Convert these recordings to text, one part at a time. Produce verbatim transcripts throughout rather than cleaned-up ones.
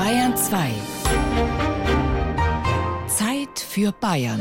Bayern zwei. Zeit für Bayern.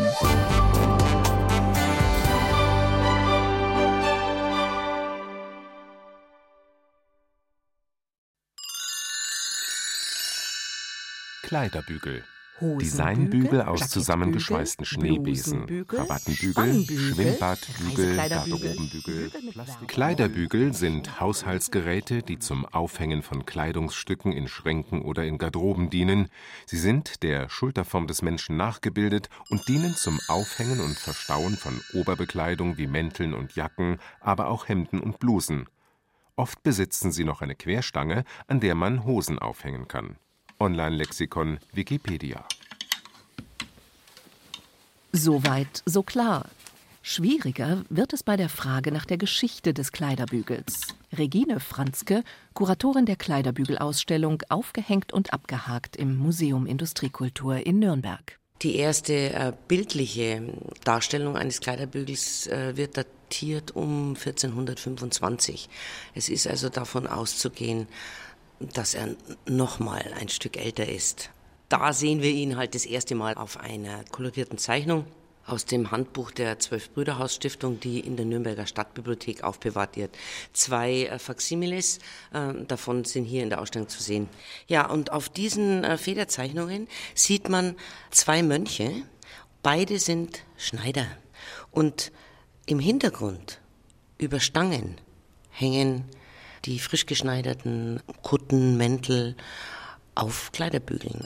Kleiderbügel. Hosenbügel, Designbügel aus Jackettbügel, zusammengeschweißten Schneebesen, Blusenbügel, Krawattenbügel, Spannbügel, Schwimmbadbügel, Reisekleiderbügel, Garderobenbügel. Bügel mit Plastik- Kleiderbügel sind Haushaltsgeräte, die zum Aufhängen von Kleidungsstücken in Schränken oder in Garderoben dienen. Sie sind der Schulterform des Menschen nachgebildet und dienen zum Aufhängen und Verstauen von Oberbekleidung wie Mänteln und Jacken, aber auch Hemden und Blusen. Oft besitzen sie noch eine Querstange, an der man Hosen aufhängen kann. Online-Lexikon Wikipedia. Soweit, so klar. Schwieriger wird es bei der Frage nach der Geschichte des Kleiderbügels. Regine Franzke, Kuratorin der Kleiderbügelausstellung Aufgehängt und abgehakt im Museum Industriekultur in Nürnberg. Die erste äh, bildliche Darstellung eines Kleiderbügels äh, wird datiert um vierzehnhundertfünfundzwanzig. Es ist also davon auszugehen, dass er noch mal ein Stück älter ist. Da sehen wir ihn halt das erste Mal auf einer kolorierten Zeichnung aus dem Handbuch der Zwölf-Brüderhaus-Stiftung, die in der Nürnberger Stadtbibliothek aufbewahrt wird. Zwei äh, Faksimiles äh, davon sind hier in der Ausstellung zu sehen. Ja, und auf diesen äh, Federzeichnungen sieht man zwei Mönche. Beide sind Schneider. Und im Hintergrund über Stangen hängen die frisch geschneiderten Kutten, Mäntel auf Kleiderbügeln.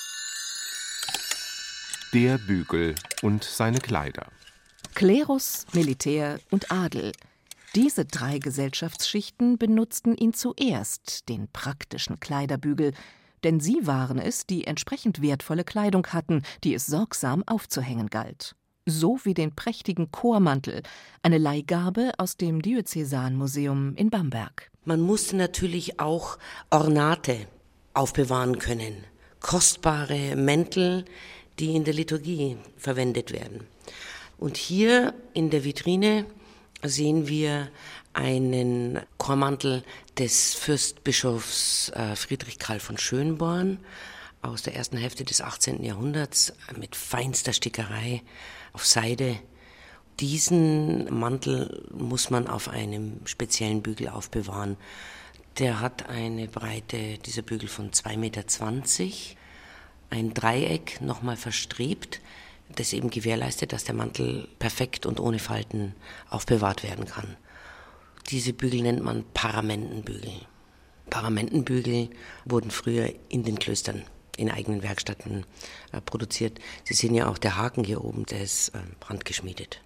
Der Bügel und seine Kleider. Klerus, Militär und Adel. Diese drei Gesellschaftsschichten benutzten ihn zuerst, den praktischen Kleiderbügel, denn sie waren es, die entsprechend wertvolle Kleidung hatten, die es sorgsam aufzuhängen galt. So wie den prächtigen Chormantel, eine Leihgabe aus dem Diözesanmuseum in Bamberg. Man musste natürlich auch Ornate aufbewahren können, kostbare Mäntel, die in der Liturgie verwendet werden. Und hier in der Vitrine sehen wir einen Chormantel des Fürstbischofs Friedrich Karl von Schönborn aus der ersten Hälfte des achtzehnten Jahrhunderts mit feinster Stickerei auf Seide. Diesen Mantel muss man auf einem speziellen Bügel aufbewahren. Der hat eine Breite, dieser Bügel, von zwei Meter zwanzig, ein Dreieck nochmal verstrebt, das eben gewährleistet, dass der Mantel perfekt und ohne Falten aufbewahrt werden kann. Diese Bügel nennt man Paramentenbügel. Paramentenbügel wurden früher in den Klöstern in eigenen Werkstätten äh, produziert. Sie sehen ja auch, der Haken hier oben, der ist äh, handgeschmiedet.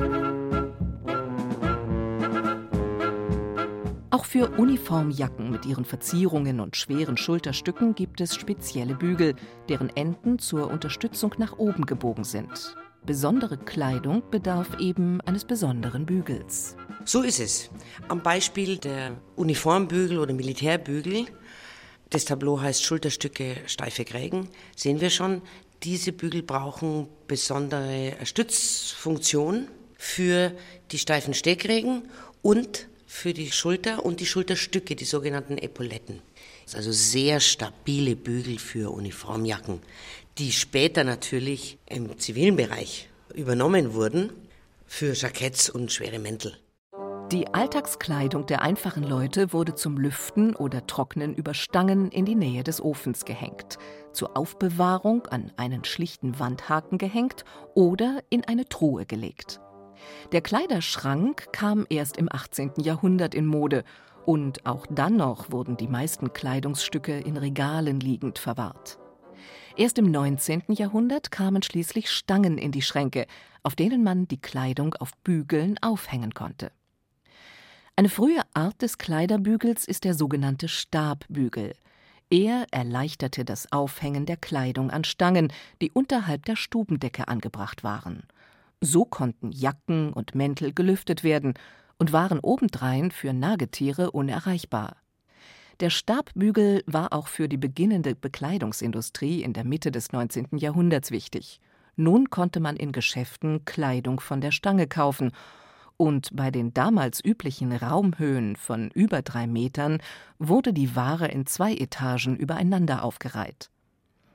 Auch für Uniformjacken mit ihren Verzierungen und schweren Schulterstücken gibt es spezielle Bügel, deren Enden zur Unterstützung nach oben gebogen sind. Besondere Kleidung bedarf eben eines besonderen Bügels. So ist es. Am Beispiel der Uniformbügel oder Militärbügel, das Tableau heißt Schulterstücke, steife Grägen, sehen wir schon, diese Bügel brauchen besondere Stützfunktion für die steifen Stehgrägen und für die Schulter und die Schulterstücke, die sogenannten Epauletten. Also sehr stabile Bügel für Uniformjacken, die später natürlich im zivilen Bereich übernommen wurden für Jacketts und schwere Mäntel. Die Alltagskleidung der einfachen Leute wurde zum Lüften oder Trocknen über Stangen in die Nähe des Ofens gehängt, zur Aufbewahrung an einen schlichten Wandhaken gehängt oder in eine Truhe gelegt. Der Kleiderschrank kam erst im achtzehnten Jahrhundert in Mode und auch dann noch wurden die meisten Kleidungsstücke in Regalen liegend verwahrt. Erst im neunzehnten Jahrhundert kamen schließlich Stangen in die Schränke, auf denen man die Kleidung auf Bügeln aufhängen konnte. Eine frühe Art des Kleiderbügels ist der sogenannte Stabbügel. Er erleichterte das Aufhängen der Kleidung an Stangen, die unterhalb der Stubendecke angebracht waren. So konnten Jacken und Mäntel gelüftet werden und waren obendrein für Nagetiere unerreichbar. Der Stabbügel war auch für die beginnende Bekleidungsindustrie in der Mitte des neunzehnten Jahrhunderts wichtig. Nun konnte man in Geschäften Kleidung von der Stange kaufen. Und bei den damals üblichen Raumhöhen von über drei Metern wurde die Ware in zwei Etagen übereinander aufgereiht.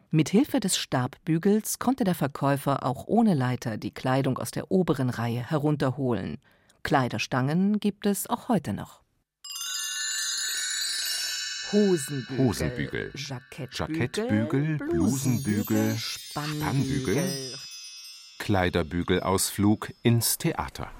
Mit Hilfe des Stabbügels konnte der Verkäufer auch ohne Leiter die Kleidung aus der oberen Reihe herunterholen. Kleiderstangen gibt es auch heute noch. Hosenbügel, Hosenbügel, Jackettbügel, Jackettbügel, Blusenbügel, Spannbügel, Kleiderbügelausflug ins Theater.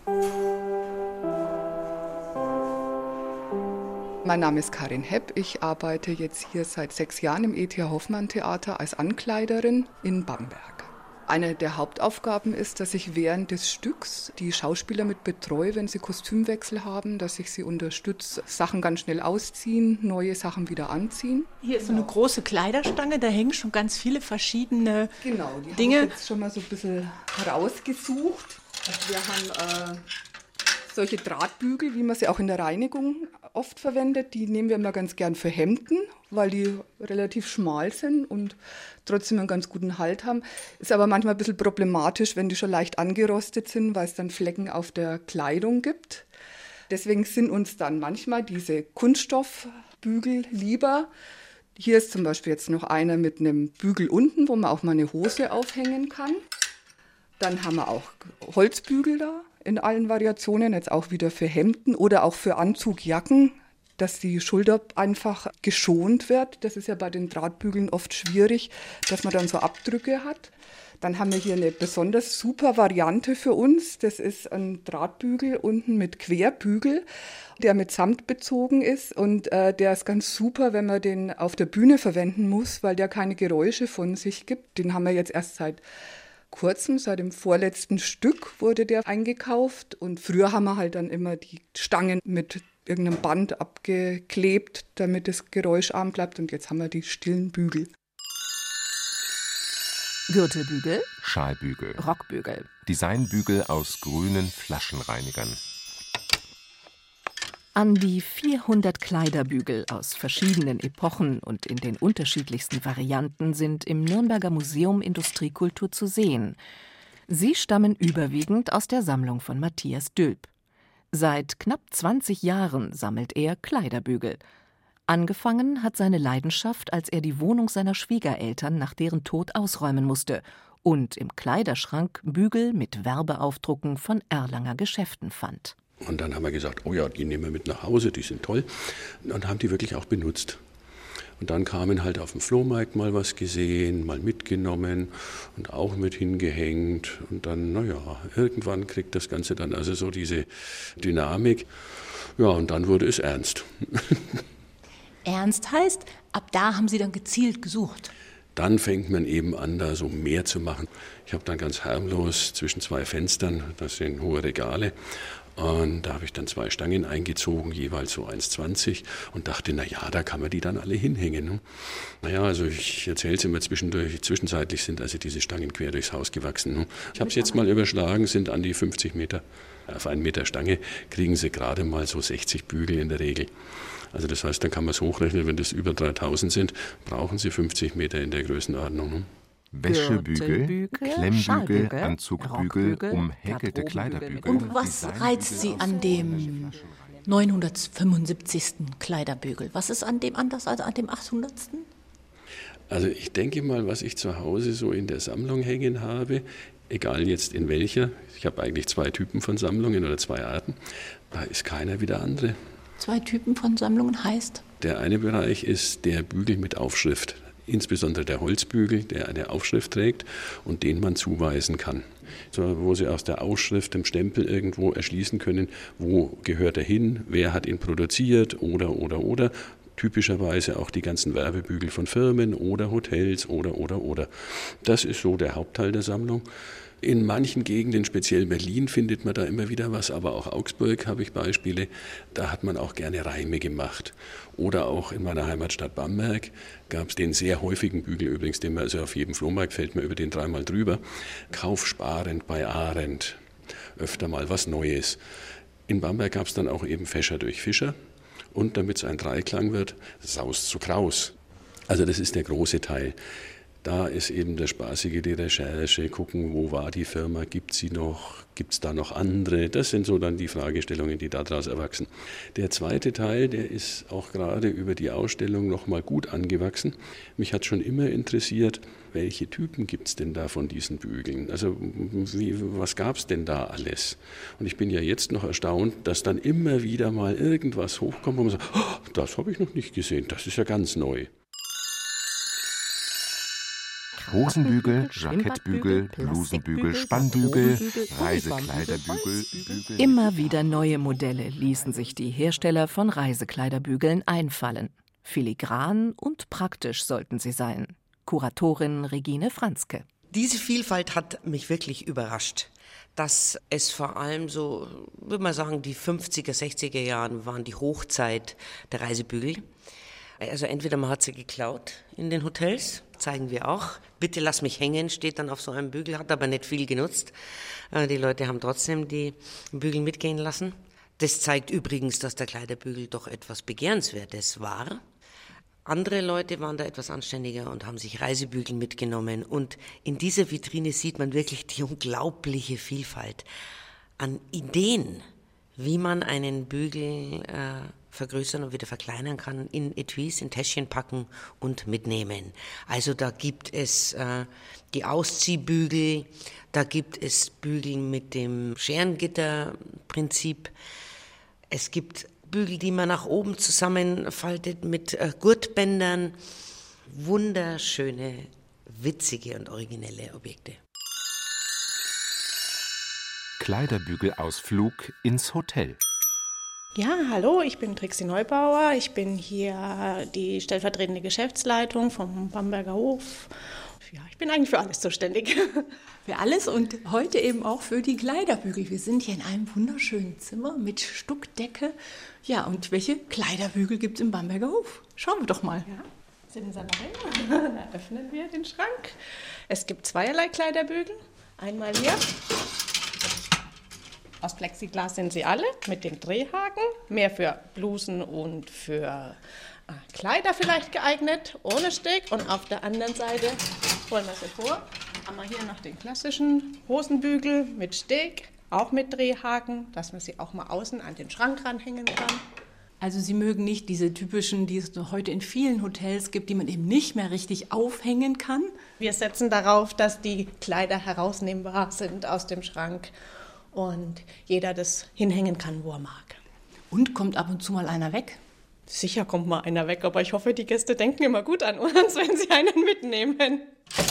Mein Name ist Karin Hepp. Ich arbeite jetzt hier seit sechs Jahren im E T H Hoffmann Theater als Ankleiderin in Bamberg. Eine der Hauptaufgaben ist, dass ich während des Stücks die Schauspieler mit betreue, wenn sie Kostümwechsel haben, dass ich sie unterstütze, Sachen ganz schnell ausziehen, neue Sachen wieder anziehen. Hier ist so eine große Kleiderstange, da hängen schon ganz viele verschiedene genau, die Dinge. Habe ich jetzt schon mal so ein bisschen rausgesucht. Wir haben äh, solche Drahtbügel, wie man sie auch in der Reinigung oft verwendet, die nehmen wir immer ganz gern für Hemden, weil die relativ schmal sind und trotzdem einen ganz guten Halt haben. Ist aber manchmal ein bisschen problematisch, wenn die schon leicht angerostet sind, weil es dann Flecken auf der Kleidung gibt. Deswegen sind uns dann manchmal diese Kunststoffbügel lieber. Hier ist zum Beispiel jetzt noch einer mit einem Bügel unten, wo man auch mal eine Hose aufhängen kann. Dann haben wir auch Holzbügel da in allen Variationen, jetzt auch wieder für Hemden oder auch für Anzugjacken, dass die Schulter einfach geschont wird. Das ist ja bei den Drahtbügeln oft schwierig, dass man dann so Abdrücke hat. Dann haben wir hier eine besonders super Variante für uns. Das ist ein Drahtbügel unten mit Querbügel, der mit Samt bezogen ist. Und äh, der ist ganz super, wenn man den auf der Bühne verwenden muss, weil der keine Geräusche von sich gibt. Den haben wir jetzt erst seit kurzem, seit dem vorletzten Stück wurde der eingekauft. Und früher haben wir halt dann immer die Stangen mit irgendeinem Band abgeklebt, damit es geräuscharm bleibt. Und jetzt haben wir die stillen Bügel. Gürtelbügel, Schalbügel, Rockbügel, Designbügel aus grünen Flaschenreinigern. An die vierhundert Kleiderbügel aus verschiedenen Epochen und in den unterschiedlichsten Varianten sind im Nürnberger Museum Industriekultur zu sehen. Sie stammen überwiegend aus der Sammlung von Matthias Dülp. Seit knapp zwanzig Jahren sammelt er Kleiderbügel. Angefangen hat seine Leidenschaft, als er die Wohnung seiner Schwiegereltern nach deren Tod ausräumen musste und im Kleiderschrank Bügel mit Werbeaufdrucken von Erlanger Geschäften fand. Und dann haben wir gesagt, oh ja, die nehmen wir mit nach Hause, die sind toll. Und haben die wirklich auch benutzt. Und dann kamen halt auf dem Flohmarkt mal was gesehen, mal mitgenommen und auch mit hingehängt. Und dann, naja, irgendwann kriegt das Ganze dann also so diese Dynamik. Ja, und dann wurde es ernst. Ernst heißt, ab da haben Sie dann gezielt gesucht. Dann fängt man eben an, da so mehr zu machen. Ich habe dann ganz harmlos zwischen zwei Fenstern, das sind hohe Regale, und da habe ich dann zwei Stangen eingezogen, jeweils so eins zwanzig und dachte, na ja, da kann man die dann alle hinhängen. Ne? Naja, also ich erzähle es immer zwischendurch, zwischenzeitlich sind also diese Stangen quer durchs Haus gewachsen. Ne? Ich habe es jetzt mal überschlagen, sind an die fünfzig Meter. Auf einen Meter Stange kriegen sie gerade mal so sechzig Bügel in der Regel. Also das heißt, dann kann man es hochrechnen, wenn das über dreitausend sind, brauchen sie fünfzig Meter in der Größenordnung. Ne? Wäschebügel, Klemmbügel, Schalbügel, Anzugbügel, Rockbügel, umhäkelte Garderobebügel Kleiderbügel. Und was reizt Sie an dem neunhundertfünfundsiebzigsten Kleiderbügel? Was ist an dem anders als an dem achthundertsten? Also ich denke mal, was ich zu Hause so in der Sammlung hängen habe, egal jetzt in welcher, ich habe eigentlich zwei Typen von Sammlungen oder zwei Arten, da ist keiner wie der andere. Zwei Typen von Sammlungen heißt? Der eine Bereich ist der Bügel mit Aufschrift, insbesondere der Holzbügel, der eine Aufschrift trägt und den man zuweisen kann. So, wo Sie aus der Ausschrift, dem Stempel irgendwo erschließen können, wo gehört er hin, wer hat ihn produziert oder, oder, oder. Typischerweise auch die ganzen Werbebügel von Firmen oder Hotels oder, oder, oder. Das ist so der Hauptteil der Sammlung. In manchen Gegenden, speziell Berlin, findet man da immer wieder was, aber auch Augsburg habe ich Beispiele, da hat man auch gerne Reime gemacht. Oder auch in meiner Heimatstadt Bamberg gab es den sehr häufigen Bügel, übrigens, den man also auf jedem Flohmarkt fällt man über den dreimal drüber, Kaufsparend bei Arendt, öfter mal was Neues. In Bamberg gab es dann auch eben Fäscher durch Fischer und damit es ein Dreiklang wird, Saus zu Kraus. Also das ist der große Teil. Da ist eben das Spaßige, die Recherche, gucken, wo war die Firma, gibt sie noch, gibt es da noch andere? Das sind so dann die Fragestellungen, die daraus erwachsen. Der zweite Teil, der ist auch gerade über die Ausstellung nochmal gut angewachsen. Mich hat schon immer interessiert, welche Typen gibt es denn da von diesen Bügeln? Also wie, was gab es denn da alles? Und ich bin ja jetzt noch erstaunt, dass dann immer wieder mal irgendwas hochkommt, wo man sagt, oh, das habe ich noch nicht gesehen, das ist ja ganz neu. Hosenbügel, Jackettbügel, Blusenbügel, Spannbügel, Reisekleiderbügel. Bügel. Immer wieder neue Modelle ließen sich die Hersteller von Reisekleiderbügeln einfallen. Filigran und praktisch sollten sie sein. Kuratorin Regine Franzke. Diese Vielfalt hat mich wirklich überrascht. Dass es vor allem so, würde man sagen, die fünfziger, sechziger Jahren waren die Hochzeit der Reisebügel. Also entweder man hat sie geklaut in den Hotels, zeigen wir auch. Bitte lass mich hängen, steht dann auf so einem Bügel, hat aber nicht viel genutzt. Die Leute haben trotzdem die Bügel mitgehen lassen. Das zeigt übrigens, dass der Kleiderbügel doch etwas Begehrenswertes war. Andere Leute waren da etwas anständiger und haben sich Reisebügel mitgenommen. Und in dieser Vitrine sieht man wirklich die unglaubliche Vielfalt an Ideen, wie man einen Bügel äh, vergrößern und wieder verkleinern kann, in Etuis, in Täschchen packen und mitnehmen. Also da gibt es äh, die Ausziehbügel, da gibt es Bügel mit dem Scherengitterprinzip. Es gibt Bügel, die man nach oben zusammenfaltet mit äh, Gurtbändern. Wunderschöne, witzige und originelle Objekte. Kleiderbügelausflug ins Hotel. Ja, hallo, ich bin Trixi Neubauer. Ich bin hier die stellvertretende Geschäftsleitung vom Bamberger Hof. Ja, ich bin eigentlich für alles zuständig. Für alles und heute eben auch für die Kleiderbügel. Wir sind hier in einem wunderschönen Zimmer mit Stuckdecke. Ja, und welche Kleiderbügel gibt es im Bamberger Hof? Schauen wir doch mal. Ja, sind Sie darin? Da öffnen wir den Schrank. Es gibt zweierlei Kleiderbügel. Einmal hier. Aus Plexiglas sind sie alle mit dem Drehhaken. Mehr für Blusen und für äh, Kleider vielleicht geeignet, ohne Steg. Und auf der anderen Seite, holen wir sie vor, haben wir hier noch den klassischen Hosenbügel mit Steg, auch mit Drehhaken, dass man sie auch mal außen an den Schrank ranhängen kann. Also Sie mögen nicht diese typischen, die es heute in vielen Hotels gibt, die man eben nicht mehr richtig aufhängen kann? Wir setzen darauf, dass die Kleider herausnehmbar sind aus dem Schrank und jeder das hinhängen kann, wo er mag. Und kommt ab und zu mal einer weg? Sicher kommt mal einer weg, aber ich hoffe, die Gäste denken immer gut an uns, wenn sie einen mitnehmen.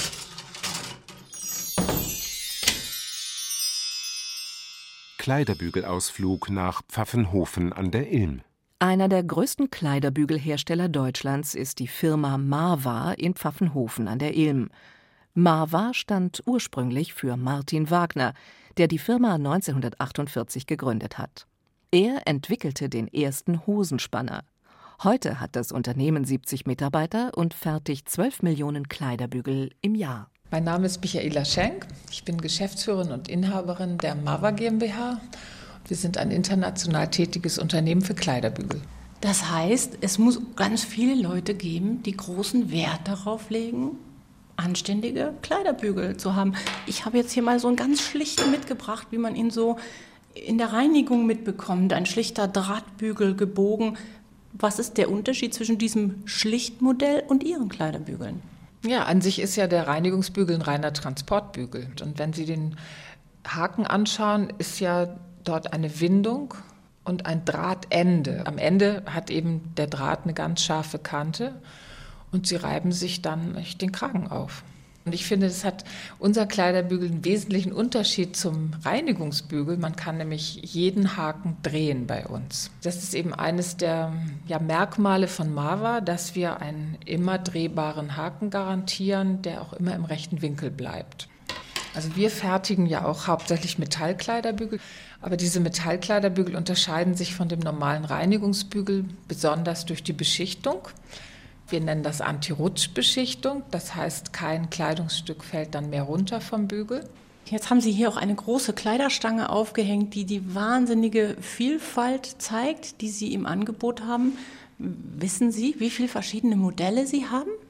Kleiderbügelausflug nach Pfaffenhofen an der Ilm. Einer der größten Kleiderbügelhersteller Deutschlands ist die Firma Marva in Pfaffenhofen an der Ilm. Marva stand ursprünglich für Martin Wagner, der die Firma neunzehnhundertachtundvierzig gegründet hat. Er entwickelte den ersten Hosenspanner. Heute hat das Unternehmen siebzig Mitarbeiter und fertigt zwölf Millionen Kleiderbügel im Jahr. Mein Name ist Michaela Schenk. Ich bin Geschäftsführerin und Inhaberin der Marva GmbH. Wir sind ein international tätiges Unternehmen für Kleiderbügel. Das heißt, es muss ganz viele Leute geben, die großen Wert darauf legen, anständige Kleiderbügel zu haben. Ich habe jetzt hier mal so einen ganz schlichten mitgebracht, wie man ihn so in der Reinigung mitbekommt. Ein schlichter Drahtbügel, gebogen. Was ist der Unterschied zwischen diesem Schlichtmodell und Ihren Kleiderbügeln? Ja, an sich ist ja der Reinigungsbügel ein reiner Transportbügel. Und wenn Sie den Haken anschauen, ist ja dort eine Windung und ein Drahtende. Am Ende hat eben der Draht eine ganz scharfe Kante und Sie reiben sich dann den Kragen auf. Und ich finde, das hat unser Kleiderbügel einen wesentlichen Unterschied zum Reinigungsbügel. Man kann nämlich jeden Haken drehen bei uns. Das ist eben eines der ja, Merkmale von Marva, dass wir einen immer drehbaren Haken garantieren, der auch immer im rechten Winkel bleibt. Also wir fertigen ja auch hauptsächlich Metallkleiderbügel, aber diese Metallkleiderbügel unterscheiden sich von dem normalen Reinigungsbügel besonders durch die Beschichtung. Wir nennen das Anti-Rutsch-Beschichtung, das heißt, kein Kleidungsstück fällt dann mehr runter vom Bügel. Jetzt haben Sie hier auch eine große Kleiderstange aufgehängt, die die wahnsinnige Vielfalt zeigt, die Sie im Angebot haben. Wissen Sie, wie viele verschiedene Modelle Sie haben?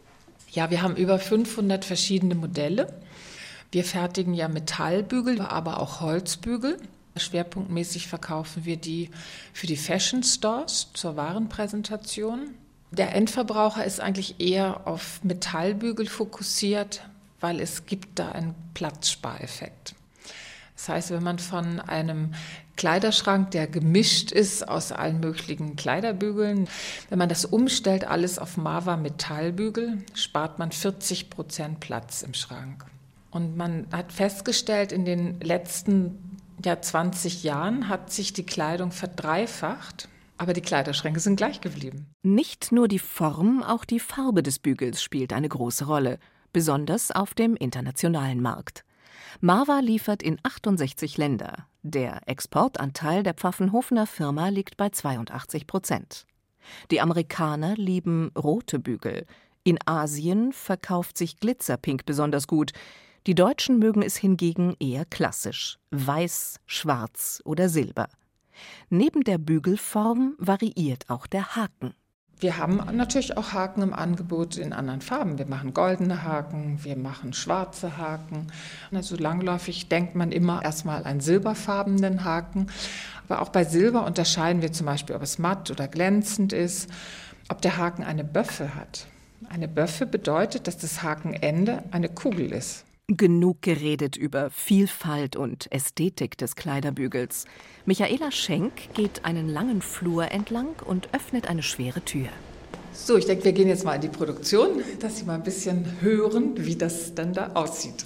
Ja, wir haben über fünfhundert verschiedene Modelle. Wir fertigen ja Metallbügel, aber auch Holzbügel. Schwerpunktmäßig verkaufen wir die für die Fashion Stores zur Warenpräsentation. Der Endverbraucher ist eigentlich eher auf Metallbügel fokussiert, weil es gibt da einen Platzspareffekt. Das heißt, wenn man von einem Kleiderschrank, der gemischt ist aus allen möglichen Kleiderbügeln, wenn man das umstellt, alles auf Marva Metallbügel, spart man vierzig Prozent Platz im Schrank. Und man hat festgestellt, in den letzten ja, zwanzig Jahren hat sich die Kleidung verdreifacht. Aber die Kleiderschränke sind gleich geblieben. Nicht nur die Form, auch die Farbe des Bügels spielt eine große Rolle, besonders auf dem internationalen Markt. Marva liefert in achtundsechzig Länder. Der Exportanteil der Pfaffenhofener Firma liegt bei zweiundachtzig Prozent. Die Amerikaner lieben rote Bügel. In Asien verkauft sich Glitzerpink besonders gut. Die Deutschen mögen es hingegen eher klassisch, weiß, schwarz oder silber. Neben der Bügelform variiert auch der Haken. Wir haben natürlich auch Haken im Angebot in anderen Farben. Wir machen goldene Haken, wir machen schwarze Haken. Also langläufig denkt man immer erstmal einen silberfarbenen Haken. Aber auch bei Silber unterscheiden wir zum Beispiel, ob es matt oder glänzend ist, ob der Haken eine Böffe hat. Eine Böffe bedeutet, dass das Hakenende eine Kugel ist. Genug geredet über Vielfalt und Ästhetik des Kleiderbügels. Michaela Schenk geht einen langen Flur entlang und öffnet eine schwere Tür. So, ich denke, wir gehen jetzt mal in die Produktion, dass Sie mal ein bisschen hören, wie das dann da aussieht.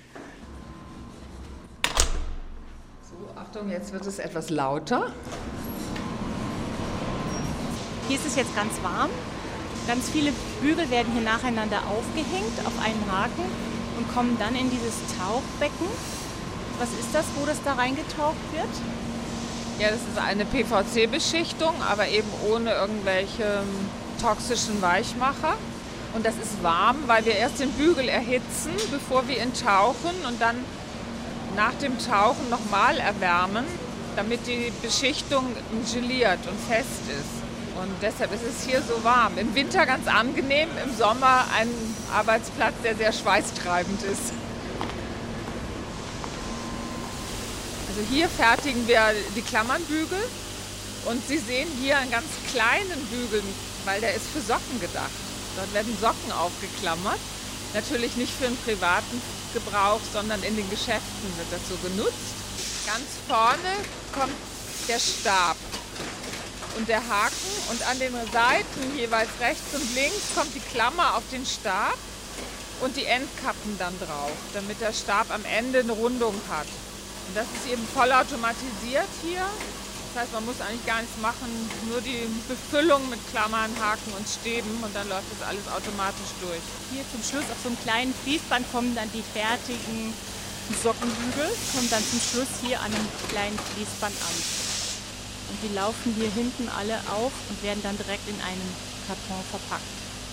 So, Achtung, jetzt wird es etwas lauter. Hier ist es jetzt ganz warm. Ganz viele Bügel werden hier nacheinander aufgehängt auf einen Haken und kommen dann in dieses Tauchbecken. Was ist das, wo das da reingetaucht wird? Ja, das ist eine P V C-Beschichtung, aber eben ohne irgendwelche toxischen Weichmacher. Und das ist warm, weil wir erst den Bügel erhitzen, bevor wir ihn tauchen und dann nach dem Tauchen nochmal erwärmen, damit die Beschichtung geliert und fest ist. Und deshalb ist es hier so warm. Im Winter ganz angenehm, im Sommer ein Arbeitsplatz, der sehr schweißtreibend ist. Also hier fertigen wir die Klammernbügel und Sie sehen hier einen ganz kleinen Bügel, weil der ist für Socken gedacht. Dort werden Socken aufgeklammert. Natürlich nicht für den privaten Gebrauch, sondern in den Geschäften wird das so genutzt. Ganz vorne kommt der Stab und der Haken und an den Seiten jeweils rechts und links kommt die Klammer auf den Stab und die Endkappen dann drauf, damit der Stab am Ende eine Rundung hat. Und das ist eben vollautomatisiert hier. Das heißt, man muss eigentlich gar nichts machen, nur die Befüllung mit Klammern, Haken und Stäben und dann läuft das alles automatisch durch. Hier zum Schluss auf so einem kleinen Fließband kommen dann die fertigen Sockenbügel, kommen dann zum Schluss hier an einem kleinen Fließband an. Und die laufen hier hinten alle auf und werden dann direkt in einen Karton verpackt.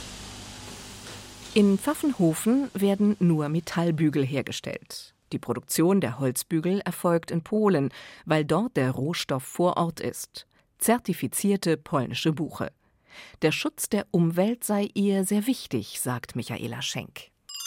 In Pfaffenhofen werden nur Metallbügel hergestellt. Die Produktion der Holzbügel erfolgt in Polen, weil dort der Rohstoff vor Ort ist. Zertifizierte polnische Buche. Der Schutz der Umwelt sei ihr sehr wichtig, sagt Michaela Schenk.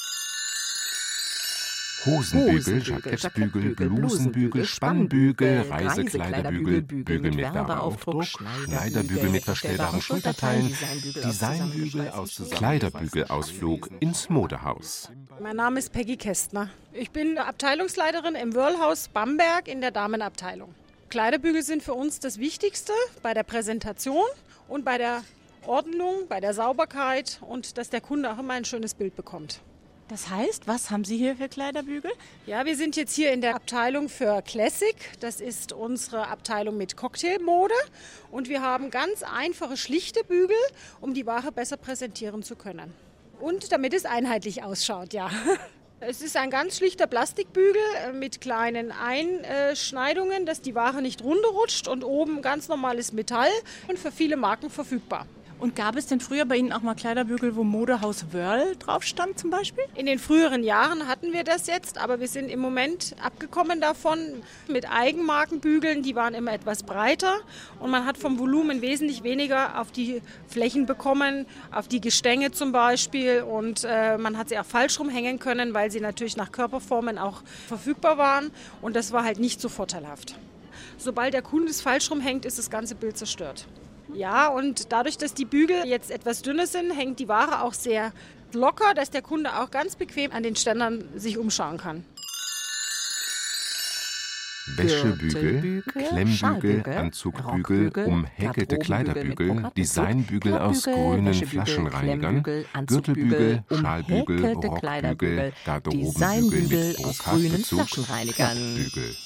Hosenbügel, Jackettbügel, Blusenbügel, Spannbügel, Reisekleiderbügel, Bügel mit Werbeaufdruck, Schneiderbügel mit verstellbaren Schulterteilen, Designbügel aus Kleiderbügelausflug ins Modehaus. Mein Name ist Peggy Kästner. Ich bin Abteilungsleiterin im Whirlhaus Bamberg in der Damenabteilung. Kleiderbügel sind für uns das Wichtigste bei der Präsentation und bei der Ordnung, bei der Sauberkeit und dass der Kunde auch immer ein schönes Bild bekommt. Das heißt, was haben Sie hier für Kleiderbügel? Ja, wir sind jetzt hier in der Abteilung für Classic. Das ist unsere Abteilung mit Cocktailmode. Und wir haben ganz einfache, schlichte Bügel, um die Ware besser präsentieren zu können. Und damit es einheitlich ausschaut, ja. Es ist ein ganz schlichter Plastikbügel mit kleinen Einschneidungen, dass die Ware nicht runterrutscht und oben ganz normales Metall und für viele Marken verfügbar. Und gab es denn früher bei Ihnen auch mal Kleiderbügel, wo Modehaus Wörl drauf stand zum Beispiel? In den früheren Jahren hatten wir das jetzt, aber wir sind im Moment abgekommen davon mit Eigenmarkenbügeln. Die waren immer etwas breiter und man hat vom Volumen wesentlich weniger auf die Flächen bekommen, auf die Gestänge zum Beispiel. Und äh, man hat sie auch falsch rumhängen können, weil sie natürlich nach Körperformen auch verfügbar waren. Und das war halt nicht so vorteilhaft. Sobald der Kunde es falsch rumhängt, ist das ganze Bild zerstört. Ja, und dadurch, dass die Bügel jetzt etwas dünner sind, hängt die Ware auch sehr locker, dass der Kunde auch ganz bequem an den Ständern sich umschauen kann. Wäschebügel, Klemmbügel, Anzugbügel, umhäkelte Kleiderbügel, Designbügel aus grünen Flaschenreinigern, Gürtelbügel, Schalbügel, Rockbügel, Garderobenbügel mit Brokatbezug, Klappbügel.